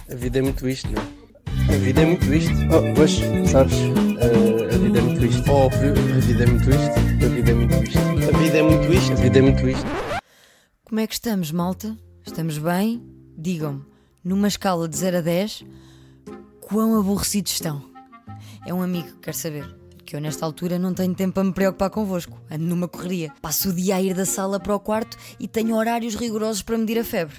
A vida é muito isto, não é? A vida é muito isto. Oh, pois, sabes? A vida é muito isto. Óbvio, a vida é muito isto. A vida é muito isto. A vida é muito isto. A vida é muito isto. Como é que estamos, malta? Estamos bem? Digam-me, numa escala de 0 a 10, quão aborrecidos estão? É um amigo que quer saber que eu nesta altura não tenho tempo para me preocupar convosco. Ando numa correria. Passo o dia a ir da sala para o quarto e tenho horários rigorosos para medir a febre.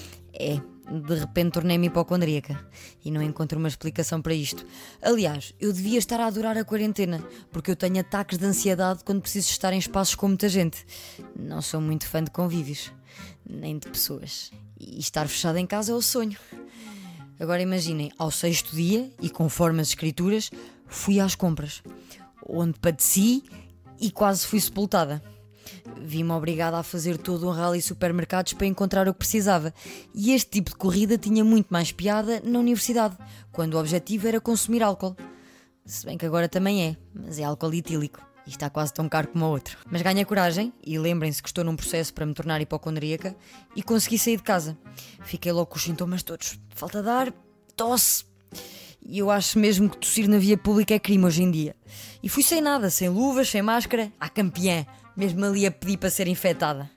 De repente tornei-me hipocondríaca e não encontro uma explicação para isto. Aliás, eu devia estar a adorar a quarentena, porque eu tenho ataques de ansiedade quando preciso estar em espaços com muita gente. Não sou muito fã de convívios, nem de pessoas. E estar fechado em casa é o sonho. Agora imaginem, ao 6º dia, e conforme as escrituras, fui às compras, onde padeci e quase fui sepultada. Vi-me obrigada a fazer todo um rally supermercados para encontrar o que precisava. E este tipo de corrida tinha muito mais piada na universidade, quando o objetivo era consumir álcool. Se bem que agora também é, mas é álcool etílico e está quase tão caro como o outro. Mas ganhei coragem, e lembrem-se que estou num processo para me tornar hipocondríaca, e consegui sair de casa. Fiquei logo com os sintomas todos. Falta de ar, tosse. E eu acho mesmo que tossir na via pública é crime hoje em dia. E fui sem nada, sem luvas, sem máscara, à campeã, mesmo ali a pedir para ser infectada.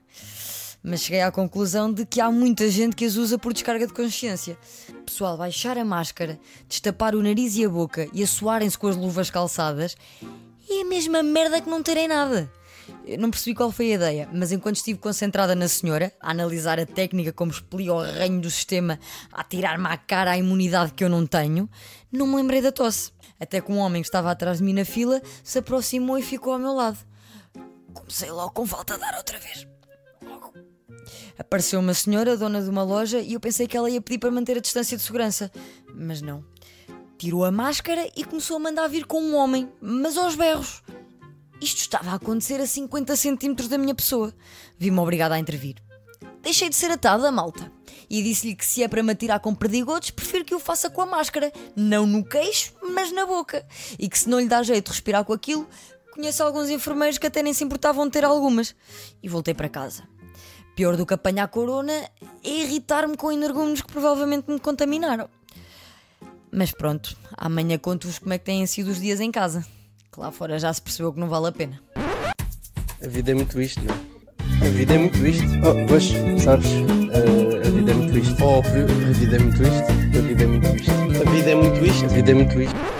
Mas cheguei à conclusão de que há muita gente que as usa por descarga de consciência. Pessoal, baixar a máscara, destapar o nariz e a boca e assoarem-se com as luvas calçadas é a mesma merda que não terem nada. Eu não percebi qual foi a ideia, mas enquanto estive concentrada na senhora, a analisar a técnica como expelia o reino do sistema a tirar-me à cara a imunidade que eu não tenho, não me lembrei da tosse. Até que um homem que estava atrás de mim na fila se aproximou e ficou ao meu lado. Comecei logo com falta de ar outra vez. Logo. Apareceu uma senhora, dona de uma loja, e eu pensei que ela ia pedir para manter a distância de segurança. Mas não. Tirou a máscara e começou a mandar vir com um homem, mas aos berros. Isto estava a acontecer a 50 centímetros da minha pessoa. Vi-me obrigada a intervir. Deixei de ser atada, malta. E disse-lhe que se é para me atirar com perdigotos, prefiro que o faça com a máscara. Não no queixo, mas na boca. E que se não lhe dá jeito de respirar com aquilo, conheço alguns enfermeiros que até nem se importavam de ter algumas. E voltei para casa. Pior do que apanhar corona é irritar-me com energúmenos que provavelmente me contaminaram. Mas pronto, amanhã conto-vos como é que têm sido os dias em casa. Que lá fora já se percebeu que não vale a pena. A vida é muito isto, não é? A vida é muito isto. Oh, pois, sabes? A vida é muito isto. Óbvio, a vida é muito isto. A vida é muito isto. A vida é muito isto. A vida é muito isto.